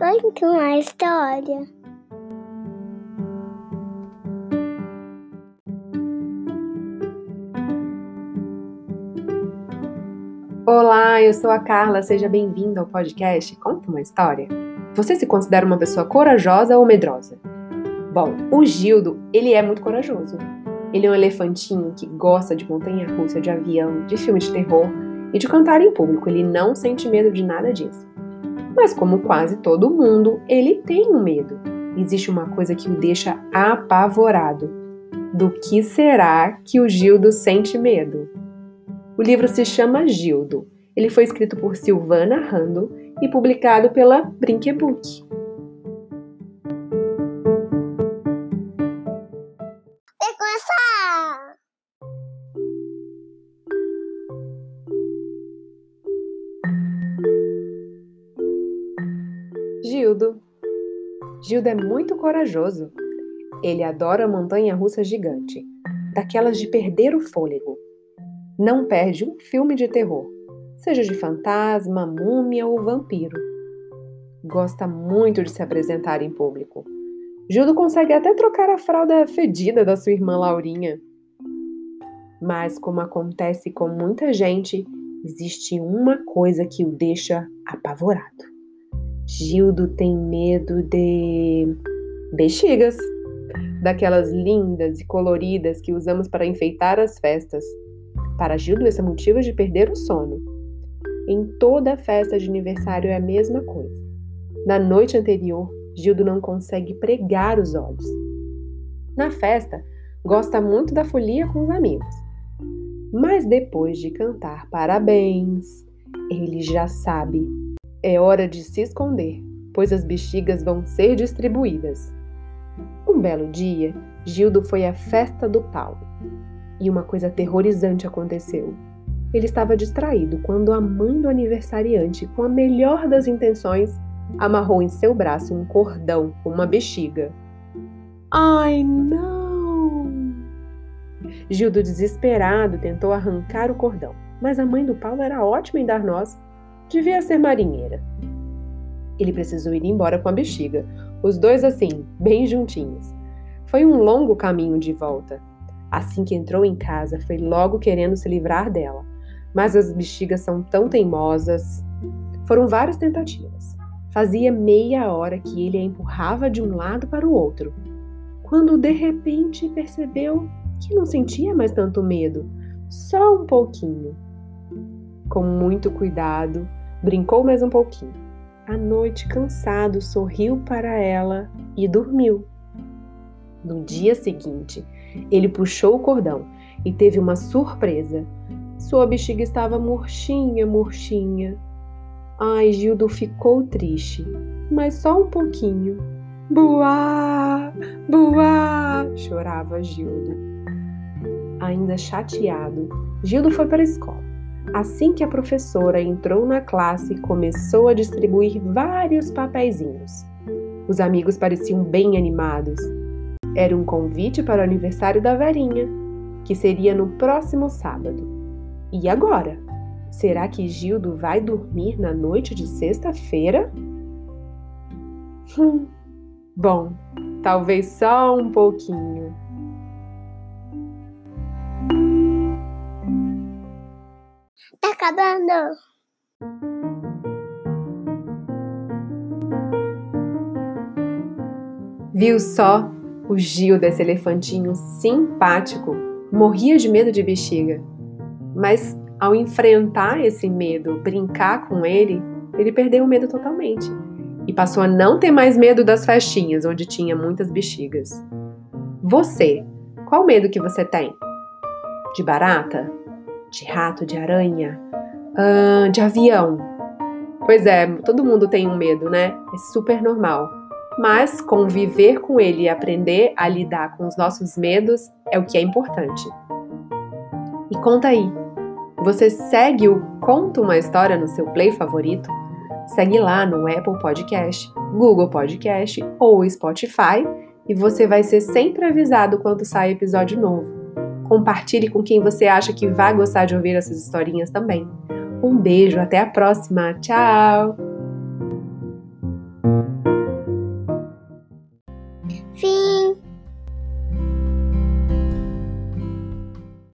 Conta uma história. Olá, eu sou a Carla, seja bem-vindo ao podcast Conta uma História. Você se considera uma pessoa corajosa ou medrosa? Bom, o Gildo, ele é muito corajoso. Ele é um elefantinho que gosta de montanha-russa, de avião, de filme de terror e de cantar em público. Ele não sente medo de nada disso. Mas como quase todo mundo, ele tem um medo. Existe uma coisa que o deixa apavorado. Do que será que o Gildo sente medo? O livro se chama Gildo. Ele foi escrito por Silvana Rando e publicado pela Brinquebook. Vai começar! Gildo. Gildo é muito corajoso. Ele adora montanha-russa gigante, daquelas de perder o fôlego. Não perde um filme de terror, seja de fantasma, múmia ou vampiro. Gosta muito de se apresentar em público. Gildo consegue até trocar a fralda fedida da sua irmã Laurinha. Mas, como acontece com muita gente, existe uma coisa que o deixa apavorado. Gildo tem medo de bexigas, daquelas lindas e coloridas que usamos para enfeitar as festas. Para Gildo, esse é motivo de perder o sono. Em toda festa de aniversário é a mesma coisa. Na noite anterior, Gildo não consegue pregar os olhos. Na festa, gosta muito da folia com os amigos. Mas depois de cantar parabéns, ele já sabe. É hora de se esconder, pois as bexigas vão ser distribuídas. Um belo dia, Gildo foi à festa do Paulo. E uma coisa aterrorizante aconteceu. Ele estava distraído quando a mãe do aniversariante, com a melhor das intenções, amarrou em seu braço um cordão com uma bexiga. Ai, não! Gildo, desesperado, tentou arrancar o cordão, mas a mãe do Paulo era ótima em dar nós. Devia ser marinheira. Ele precisou ir embora com a bexiga, os dois assim, bem juntinhos. Foi um longo caminho de volta. Assim que entrou em casa, foi logo querendo se livrar dela. Mas as bexigas são tão teimosas. Foram várias tentativas. Fazia meia hora que ele a empurrava de um lado para o outro, quando de repente percebeu que não sentia mais tanto medo, só um pouquinho. Com muito cuidado, brincou mais um pouquinho. À noite, cansado, sorriu para ela e dormiu. No dia seguinte, ele puxou o cordão e teve uma surpresa. Sua bexiga estava murchinha, murchinha. Ai, Gildo ficou triste, mas só um pouquinho. Buá, buá, chorava Gildo. Ainda chateado, Gildo foi para a escola. Assim que a professora entrou na classe, começou a distribuir vários papeizinhos. Os amigos pareciam bem animados. Era um convite para o aniversário da Verinha, que seria no próximo sábado. E agora? Será que Gildo vai dormir na noite de sexta-feira? Bom, talvez só um pouquinho. Tá acabando. Viu só? O Gildo, esse elefantinho simpático, morria de medo de bexiga. Mas ao enfrentar esse medo, brincar com ele perdeu o medo totalmente. E passou a não ter mais medo das festinhas, onde tinha muitas bexigas. Você, qual medo que você tem? De barata? De rato, de aranha? De avião? Pois é, todo mundo tem um medo, né? É super normal. Mas conviver com ele e aprender a lidar com os nossos medos é o que é importante. E conta aí, você segue o Conta uma História no seu play favorito? Segue lá no Apple Podcast, Google Podcast ou Spotify e você vai ser sempre avisado quando sai episódio novo. Compartilhe com quem você acha que vai gostar de ouvir essas historinhas também. Um beijo, até a próxima. Tchau! Fim.